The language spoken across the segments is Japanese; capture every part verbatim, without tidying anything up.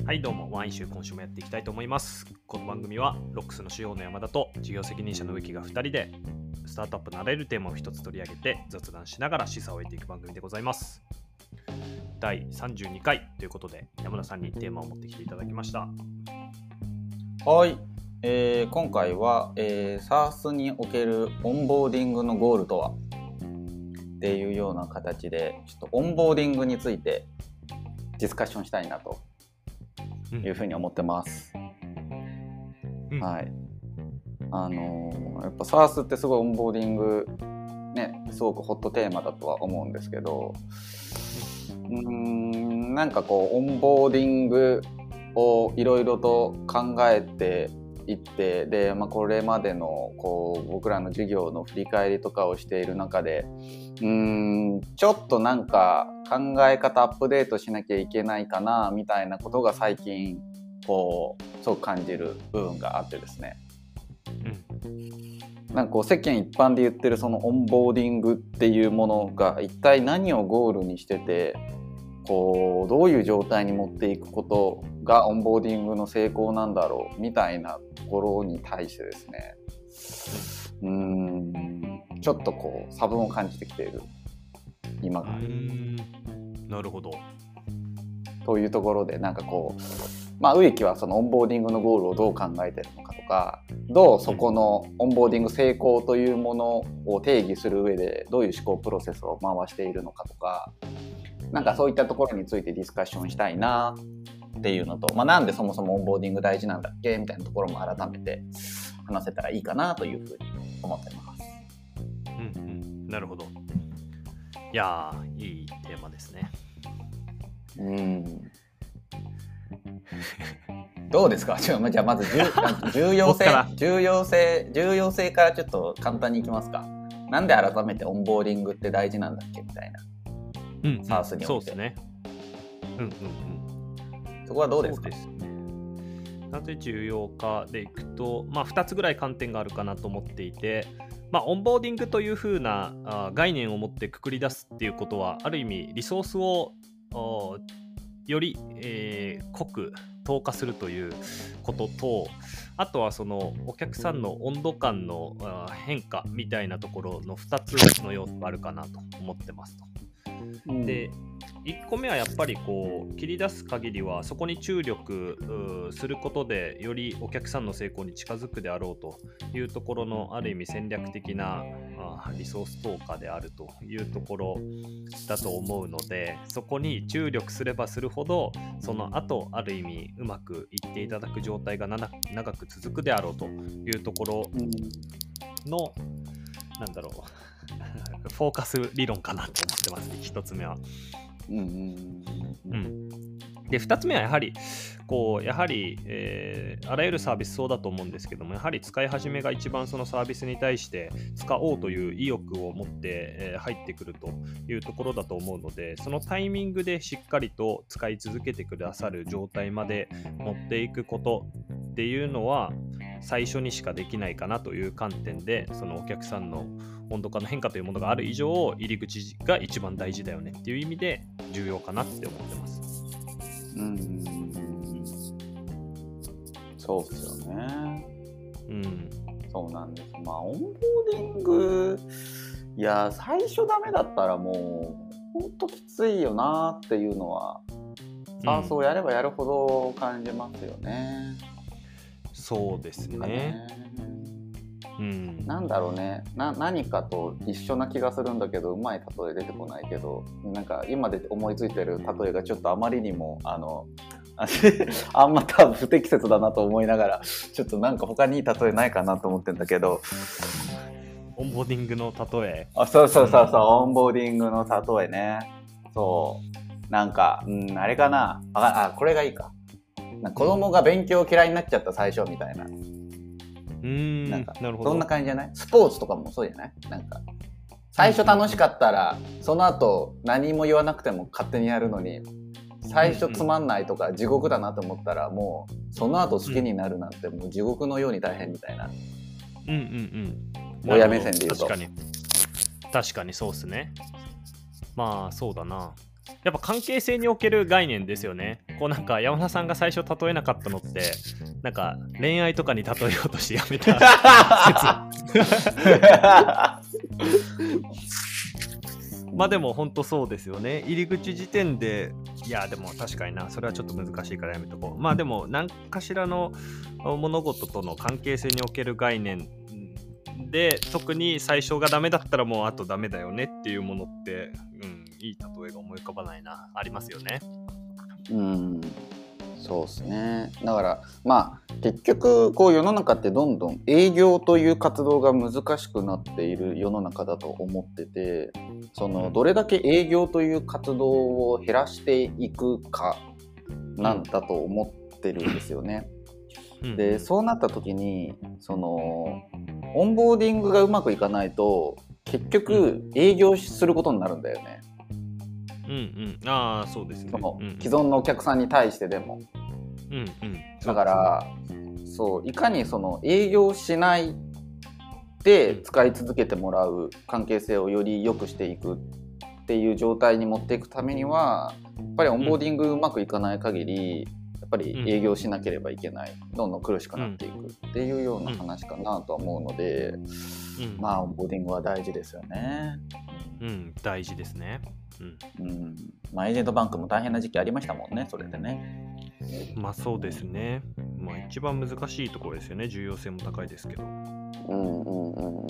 はいどうも、ワイン集今週もやっていきたいと思います。この番組はロックスの主要の山田と事業責任者の植木がふたりでスタートアップのあらゆるテーマを一つ取り上げて雑談しながら示唆を得ていく番組でございます。だいさんじゅうにかいということで山田さんにテーマを持ってきていただきました。 はい、えー、今回は、えー、SaaS におけるオンボーディングのゴールとはっていうような形でちょっとオンボーディングについてディスカッションしたいなというふうに思ってます、うん、はい。あのー、やっぱ SaaS ってすごいオンボーディングねすごくホットテーマだとは思うんですけど、うーんなんかこうオンボーディングをいろいろと考えていってで、まあ、これまでのこう僕らの授業の振り返りとかをしている中でうーんちょっとなんか考え方アップデートしなきゃいけないかなみたいなことが最近こうすごく感じる部分があってですね、うん、なんかこう世間一般で言ってるそのオンボーディングっていうものが一体何をゴールにしててこうどういう状態に持っていくことがオンボーディングの成功なんだろうみたいなところに対してですね、うーんちょっとこう差分を感じてきている今がある。うーんなるほど。 というところでなんかこう、まあ、植木はそのオンボーディングのゴールをどう考えているのかとかどうそこのオンボーディング成功というものを定義する上でどういう思考プロセスを回しているのかとかなんかそういったところについてディスカッションしたいなっていうのと、まあ、なんでそもそもオンボーディング大事なんだっけみたいなところも改めて話せたらいいかなというふうに思ってます。 うんうん、なるほど。いやーいいテーマですね。 うんどうですか。じゃあまず重要性重要性重要性からちょっと簡単にいきますか。なんで改めてオンボーディングって大事なんだっけみたいな。 うん、 SaaS において。そうですね。うんうんうん。そこはどうですか。 そうですね。なぜ重要かでいくと、まあふたつぐらい観点があるかなと思っていて、まあオンボーディングという風なあ概念を持ってくくり出すっていうことは、ある意味リソースをより、えー、濃く投下するということと、あとはそのお客さんの温度感の変化みたいなところのふたつの要素があるかなと思ってますと。でいっこめはやっぱりこう切り出す限りはそこに注力することでよりお客さんの成功に近づくであろうというところのある意味戦略的なリソース投下であるというところだと思うので、そこに注力すればするほどその後ある意味うまくいっていただく状態が長く続くであろうというところの、なんだろうフォーカス理論かなと思ってますね、一つ目は。うんうんうん、でふたつめはやはりこうやはり、えー、あらゆるサービスそうだと思うんですけども、やはり使い始めが一番そのサービスに対して使おうという意欲を持って、えー、入ってくるというところだと思うので、そのタイミングでしっかりと使い続けてくださる状態まで持っていくことっていうのは最初にしかできないかなという観点で、そのお客さんの温度感の変化というものがある以上入り口が一番大事だよねっていう意味で重要かなって思ってます。 うん、そうっすよね。うん、そうなんです。まあオンボーディングいや最初ダメだったらもうほんときついよなっていうのは、サースをやればやるほど感じますよね。 うん、そうですね。 うん、なんだろうねな何かと一緒な気がするんだけどうまい例え出てこないけど、なんか今で思いついてる例えがちょっとあまりにもあのあんま多分不適切だなと思いながらちょっとなんか他にいい例えないかなと思ってんだけど、 オンボーディングの例えあそうそうそうそう、うん、オンボーディングの例えね。そうなんか、うん、あれかなああこれがいいかなんか子供が勉強嫌いになっちゃった最初みたいな、 うーんなんかなるほど。 そんな感じじゃない？スポーツとかもそうじゃない？なんか最初楽しかったらその後何も言わなくても勝手にやるのに、最初つまんないとか地獄だなと思ったらもうその後好きになるなんてもう地獄のように大変みたいな。 うんうんうん。 親目線で言うと確かに確かにそうっすね。まあそうだな。やっぱ関係性における概念ですよね。 こうなんか山田さんが最初例えなかったのってなんか恋愛とかに例えようとしてやめたまあでも本当そうですよね。入り口時点でいやでも確かになそれはちょっと難しいからやめとこう。まあでも何かしらの物事との関係性における概念で特に最初がダメだったらもうあとダメだよねっていうものって、うん、いい例えが思い浮かばないなありますよね。 うんそうですね。だからまあ結局こう世の中ってどんどん営業という活動が難しくなっている世の中だと思ってて、そのどれだけ営業という活動を減らしていくかなんだと思ってるんですよね。でそうなった時にそのオンボーディングがうまくいかないと結局営業することになるんだよね。 うんうん、ああそうですね。 その既存のお客さんに対してでも、 うんうん、 だからそういかにその営業しないで使い続けてもらう関係性をより良くしていくっていう状態に持っていくためにはやっぱりオンボーディングうまくいかない限りやっぱり営業しなければいけない、どんどん苦しくなっていくっていうような話かなとは思うので、うん、まあオンボーディングは大事ですよね。 うん、大事ですね。 うんうん、まあエージェントバンクも大変な時期ありましたもんね、それでね。 まあそうですね。まあ一番難しいところですよね。重要性も高いですけど。うんうんうんうんうん。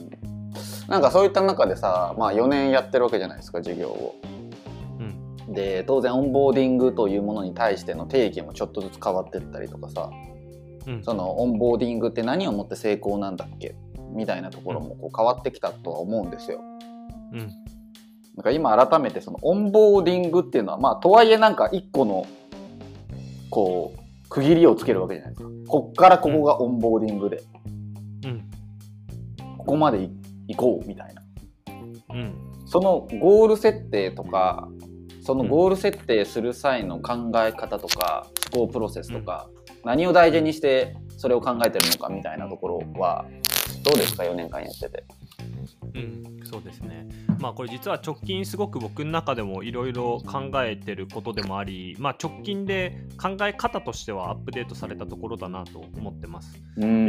なんかそういった中でさ、まあよねんやってるわけじゃないですか、授業を。うん、で当然オンボーディングというものに対しての定義もちょっとずつ変わってったりとかさ、うん、そのオンボーディングって何をもって成功なんだっけみたいなところもこう変わってきたとは思うんですよ。うん。なんか今改めてそのオンボーディングっていうのはまあとはいえなんか一個のこう区切りをつけるわけじゃないですか。こっからここがオンボーディングで、うん、ここまで行こうみたいな、うん、そのゴール設定とかそのゴール設定する際の考え方とか思考プロセスとか、うん、何を大事にしてそれを考えてるのかみたいなところはどうですかよねんかんやってて。 うん、そうですね。まあこれ実は直近すごく僕の中でもいろいろ考えてることでもあり、まあ直近で考え方としてはアップデートされたところだなと思ってます。うんうんうん、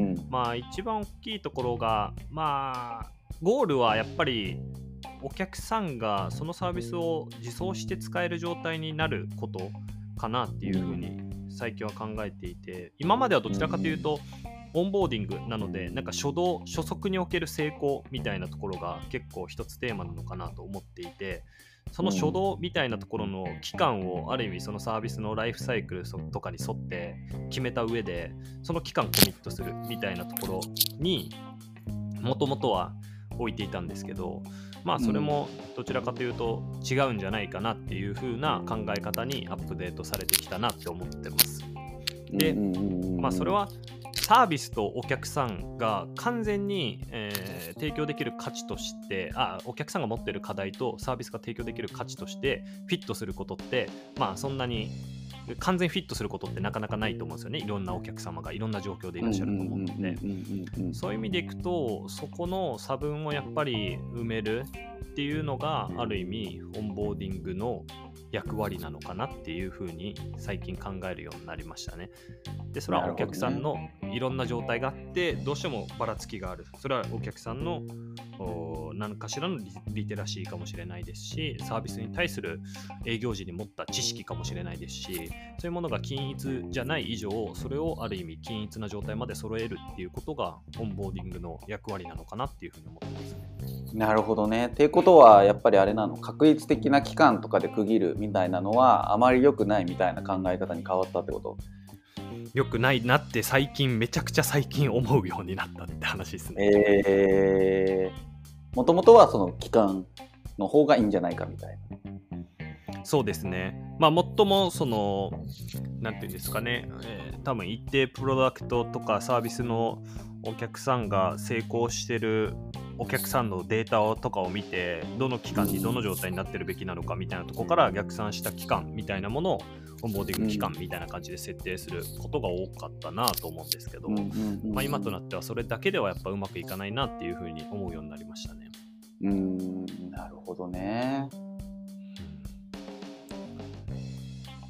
で、まあ一番大きいところが、まあゴールはやっぱりお客さんがそのサービスを自走して使える状態になることかなっていうふうに最近は考えていて、今まではどちらかというと、オンボーディングなのでなんか初動初速における成功みたいなところが結構一つテーマなのかなと思っていて、その初動みたいなところの期間をある意味そのサービスのライフサイクルとかに沿って決めた上でその期間コミットするみたいなところにもともとは置いていたんですけど、まあそれもどちらかというと違うんじゃないかなっていう風な考え方にアップデートされてきたなって思ってます。で、まあそれはサービスとお客さんが完全に、えー、提供できる価値としてあお客さんが持っている課題とサービスが提供できる価値としてフィットすることってまあそんなに完全フィットすることってなかなかないと思うんですよね。いろんなお客様がいろんな状況でいらっしゃると思うので、そういう意味でいくとそこの差分をやっぱり埋めるっていうのがある意味オンボーディングの役割なのかなっていうふうに最近考えるようになりましたね。でそれはお客さんのいろんな状態があってどうしてもばらつきがある。それはお客さんの何かしらの リ, リテラシーかもしれないですし、サービスに対する営業時に持った知識かもしれないですし、そういうものが均一じゃない以上それをある意味均一な状態まで揃えるっていうことがオンボーディングの役割なのかなっていうふうに思ってますね。 なるほどね。っていうことはやっぱりあれなの、確率的な期間とかで区切るみたいなのはあまり良くないみたいな考え方に変わったってこと？ 良くないなって最近めちゃくちゃ最近思うようになったって話ですね。 えー、もともとはその期間の方がいいんじゃないかみたいな。そうですね。まあもっともそのなんていうんですかね、えー、多分一定プロダクトとかサービスのお客さんが成功してるお客さんのデータをとかを見てどの期間にどの状態になってるべきなのかみたいなところから逆算した期間みたいなものをオンボーディング期間みたいな感じで設定することが多かったなと思うんですけど、まあ、今となってはそれだけではやっぱうまくいかないなっていうふうに思うようになりましたね。 うーん、なるほどね。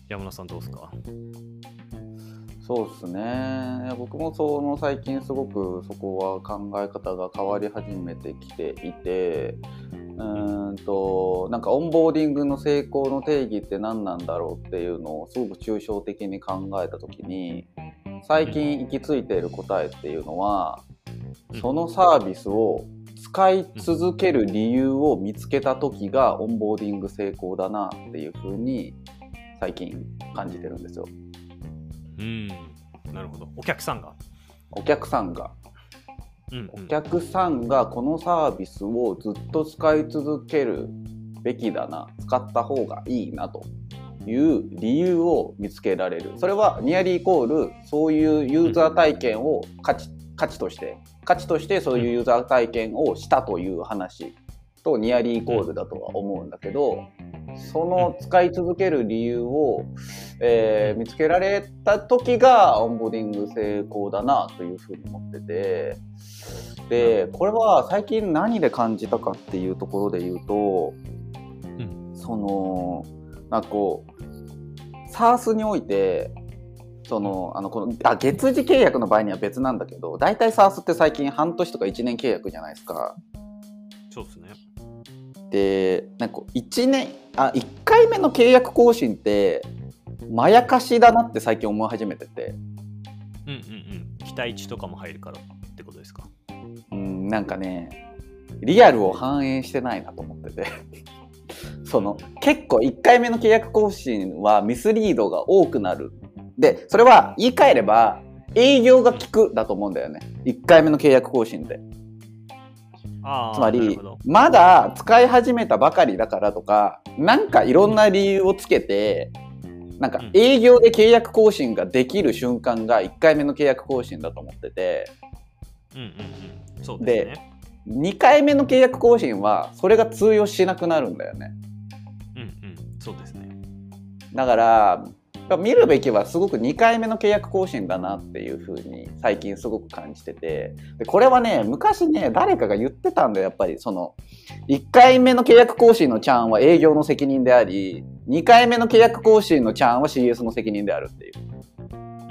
山田さんどうですか？ そうですね。僕もその最近すごくそこは考え方が変わり始めてきていて、うーんとなんかオンボーディングの成功の定義って何なんだろうっていうのをすごく抽象的に考えた時に、最近行き着いている答えっていうのは、そのサービスを使い続ける理由を見つけた時がオンボーディング成功だなっていう風に最近感じてるんですよ。 うん、なるほど。お客さんがお客さんが、 うんうん、 お客さんがこのサービスをずっと使い続けるべきだな、使った方がいいなという理由を見つけられる。それはニアリーイコールそういうユーザー体験を価値、価値として価値としてそういうユーザー体験をしたという話とニアリーイコールだとは思うんだけど、その使い続ける理由を、えー、見つけられた時がオンボーディング成功だなというふうに思ってて、でこれは最近何で感じたかっていうところで言うと、うん、そのなんかこう SaaS においてそのあのこのあ月次契約の場合には別なんだけど、だいたい SaaS って最近半年とかいちねん契約じゃないですか。 そうですね。 でなんかいちねんあいっかいめの契約更新ってまやかしだなって最近思い始めてて、 うんうんうん、期待値とかも入るからってことですか？ うん、なんかねリアルを反映してないなと思っててその結構いっかいめの契約更新はミスリードが多くなる。でそれは言い換えれば営業が効くだと思うんだよね、いっかいめの契約更新で。 あつまりまだ使い始めたばかりだからとか、なんかいろんな理由をつけて、なんか営業で契約更新ができる瞬間がいっかいめの契約更新だと思ってて、 うんうんうん、そうですね。 でにかいめの契約更新はそれが通用しなくなるんだよね。 うんうん、そうですね。 だから見るべきはすごくにかいめの契約更新だなっていう風に最近すごく感じてて、でこれはね昔ね誰かが言ってたんだよ。やっぱりそのいっかいめの契約更新のチャンは営業の責任であり、にかいめの契約更新のチャンは シーエス の責任であるっていう。うんうんうん。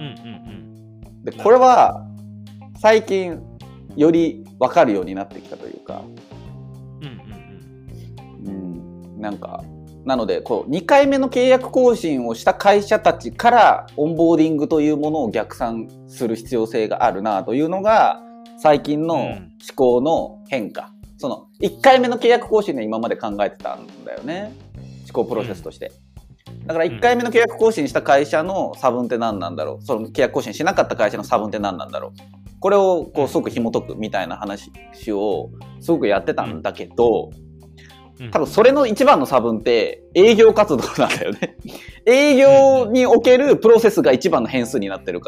でこれは最近より分かるようになってきたというか、うんうんうん、うん、なんかなのでこうにかいめの契約更新をした会社たちからオンボーディングというものを逆算する必要性があるなというのが最近の思考の変化、うん、そのいっかいめの契約更新で今まで考えてたんだよね、思考プロセスとして。だからいっかいめの契約更新した会社の差分って何なんだろう、その契約更新しなかった会社の差分って何なんだろう、これをこうすごく紐解くみたいな話をすごくやってたんだけど、多分それの一番の差分って営業活動なんだよね営業におけるプロセスが一番の変数になってるから、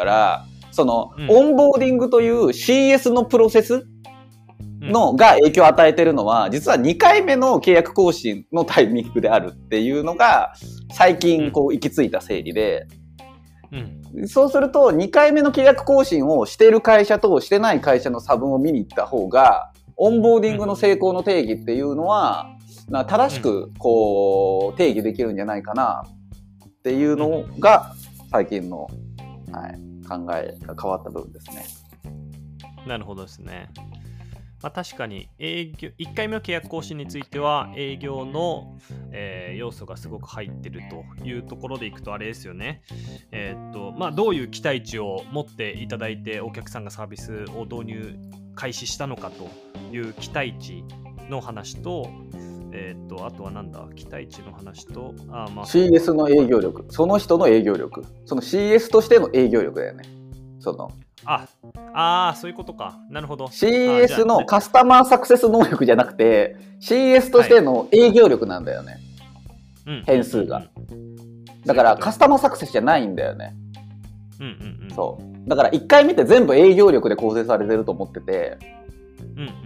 そのオンボーディングという シーエス のプロセスのが影響を与えてるのは実はにかいめの契約更新のタイミングであるっていうのが最近こう行き着いた整理で、うん、そうするとにかいめの契約更新をしている会社としてない会社の差分を見に行った方がオンボーディングの成功の定義っていうのは正しくこう定義できるんじゃないかなっていうのが最近の、はい、考えが変わった部分ですね。 なるほどですね。まあ、確かに営業いっかいめの契約更新については営業の、えー、要素がすごく入ってるというところでいくとあれですよね、えーっとまあ、どういう期待値を持っていただいてお客さんがサービスを導入開始したのかという期待値の話と、えー、とあとはなんだ期待値の話とあ、まあ、 シーエス の営業力、その人の営業力、その シーエス としての営業力だよね。そのああそういうことか、なるほど。 シーエス のカスタマーサクセス能力じゃなくて シーエス としての営業力なんだよね、はい、変数が、うんうんうん、だからカスタマーサクセスじゃないんだよね、うんうんうん、そうだからいっかいめって全部営業力で構成されてると思ってて、うんうん、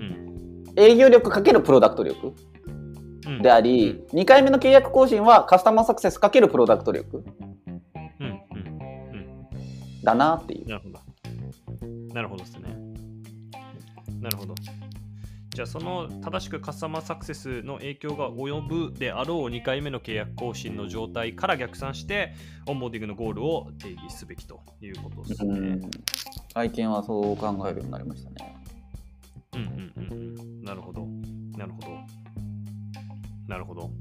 営業力かけるプロダクト力であり、うんうん、にかいめの契約更新はカスタマーサクセスかけるプロダクト力、うんうんうん、だなっていう。 なるほどなるほどですね。なるほど。 じゃあその正しくカスタマーサクセスの影響が及ぶであろうにかいめの契約更新の状態から逆算してオンボーディングのゴールを定義すべきということですね。うん、 最近はそう考えるようになりましたね。 うんうんうん。なるほど。なるほど。なるほど。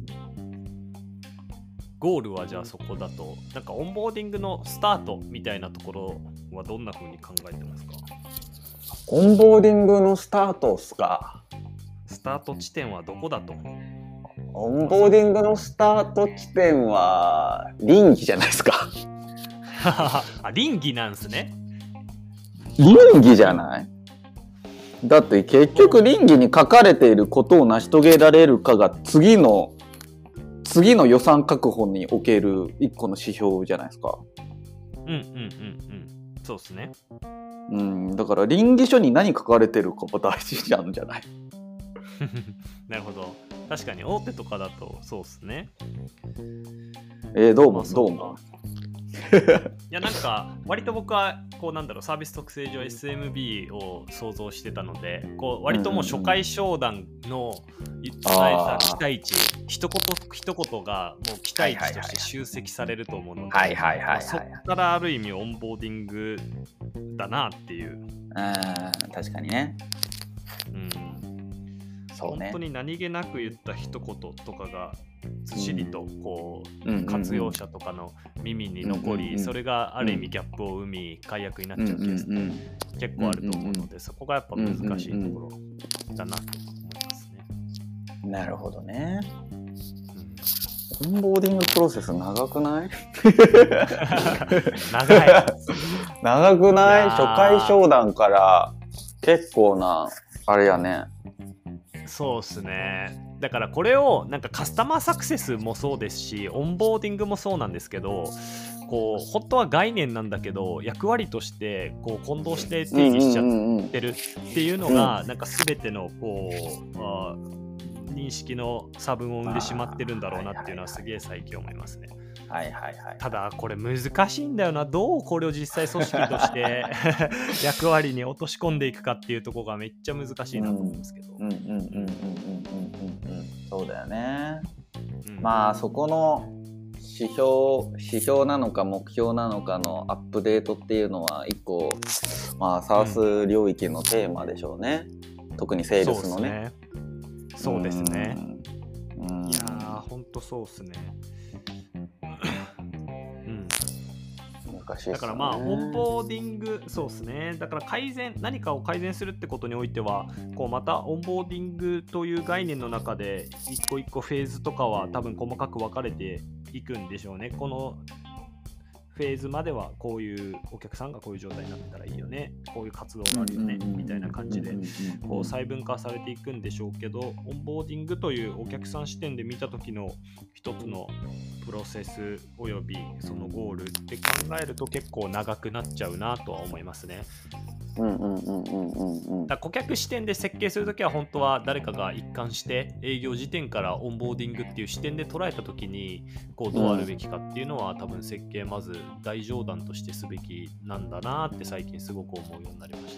ゴールはじゃあそこだと、なんかオンボーディングのスタートみたいなところはどんな風に考えてますか？ オンボーディングのスタートっすか。 スタート地点はどこだと？ オンボーディングのスタート地点は倫理じゃないですか。 あ、倫理なんすね。 倫理じゃない？だって結局倫理に書かれていることを成し遂げられるかが次の次の予算確保における一個の指標じゃないですか。 うんうんうんうん。そうですね。 うん、だから倫理書に何書かれてるかも大事なんじゃない？ なるほど。確かに大手とかだとそうですね。 えー、どうもどうも。 いやなんか割と僕はこうなんだろうサービス特性上 エスエムビー を想像してたので、こう割ともう初回商談の伝えた期待値、一言一言がもう期待値として集積されると思うので、そっからある意味オンボーディングだなっていう。 あ、確かにね。 うん。 そうね、 本当に何気なく言った一言とかがずしりとこう、うん、活用者とかの耳に残り、うんうんうん、それがある意味ギャップを生み解約になっちゃうケースって結構あると思うので、うんうん、そこがやっぱ難しいところだなと思いますね。 なるほどね。オンボーディングプロセス長くない？ 長い。 長くない？初回商談から結構なあれやね。 そうっすね。だからこれをなんかカスタマーサクセスもそうですしオンボーディングもそうなんですけど、こう本当は概念なんだけど役割としてこう混同して定義しちゃってるっていうのがなんか全てのこう、あ、認識の差分を生んでしまってるんだろうなっていうのはすげえ最近思いますね。 はいはいはい、 ただこれ難しいんだよな。どうこれを実際組織として役割に落とし込んでいくかっていうところがめっちゃ難しいなと思うんですけど。 うんうんうんうんうんうんうんうん。そうだよね。うん、まあそこの指標指標なのか目標なのかのアップデートっていうのは一個まあ SaaS 領域のテーマでしょうね。うん、特にセールスのね。 そうですね。うん、いやーほんとそうっすね。だからまあオンボーディング、そうですね。だから改善、何かを改善するってことにおいてはこうまたオンボーディングという概念の中で一個一個フェーズとかは多分細かく分かれていくんでしょうね。このフェーズまではこういうお客さんがこういう状態になってたらいいよね、こういう活動があるよねみたいな感じでこう細分化されていくんでしょうけど、オンボーディングというお客さん視点で見た時の一つのプロセスおよびそのゴールって考えると結構長くなっちゃうなとは思いますね。だ顧客視点で設計するときは本当は誰かが一貫して営業時点からオンボーディングっていう視点で捉えたときにこうどうあるべきかっていうのは多分設計まず大上段としてすべきなんだなって最近すごく思うようになりました。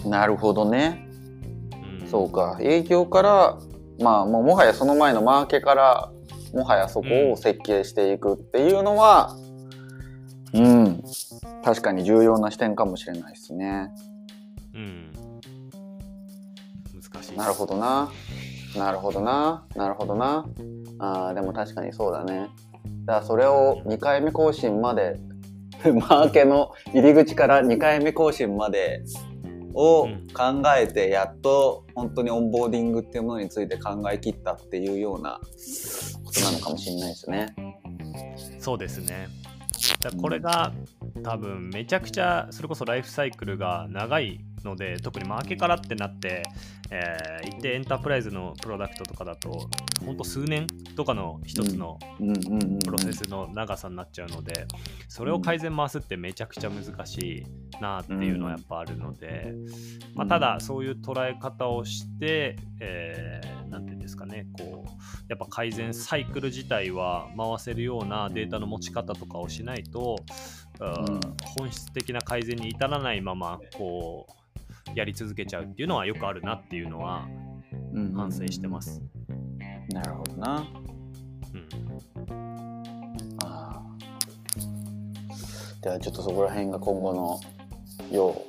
なるほどね、うん、そうか。営業からまあもうもはやその前のマーケからもはやそこを設計していくっていうのは、うん、うん、確かに重要な視点かもしれないですね。 うん。難しい。 なるほどな。なるほどな。なるほどな。あーでも確かにそうだね。だからそれをにかいめ更新までマーケの入り口からにかいめ更新までを考えてやっと本当にオンボーディングっていうものについて考え切ったっていうようなことなのかもしれないですね。 そうですね。だこれが多分めちゃくちゃそれこそライフサイクルが長いので、特にマーケからってなって、えー、一定エンタープライズのプロダクトとかだとほんと数年とかの一つのプロセスの長さになっちゃうので、それを改善回すってめちゃくちゃ難しいなっていうのはやっぱあるので、まあ、ただそういう捉え方をして、えー、なんていうんですかね、こうやっぱ改善サイクル自体は回せるようなデータの持ち方とかをしないと、うん、本質的な改善に至らないままこうやり続けちゃうっていうのはよくあるなっていうのは反省してます。 なるほどな。 うん。 ああ。ではちょっとそこら辺が今後の要考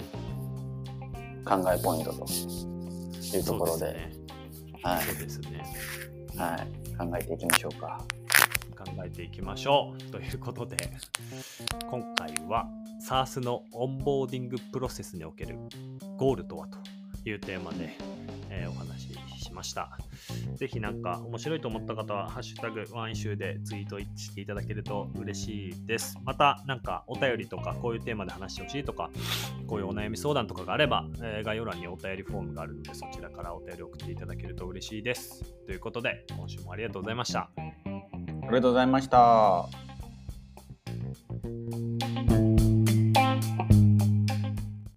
えポイントというところで、 ね、 はい、 そうですね。 はい、考えていきましょうか。 考えていきましょうということで、今回は SaaS のオンボーディングプロセスにおけるゴールとはというテーマで、えー、お話ししました。ぜひなんか面白いと思った方はハッシュタグワンイシューでツイートしていただけると嬉しいです。またなんかお便りとかこういうテーマで話してほしいとか、こういうお悩み相談とかがあれば、えー、概要欄にお便りフォームがあるので、そちらからお便り送っていただけると嬉しいです。ということで今週もありがとうございました。 ありがとうございました。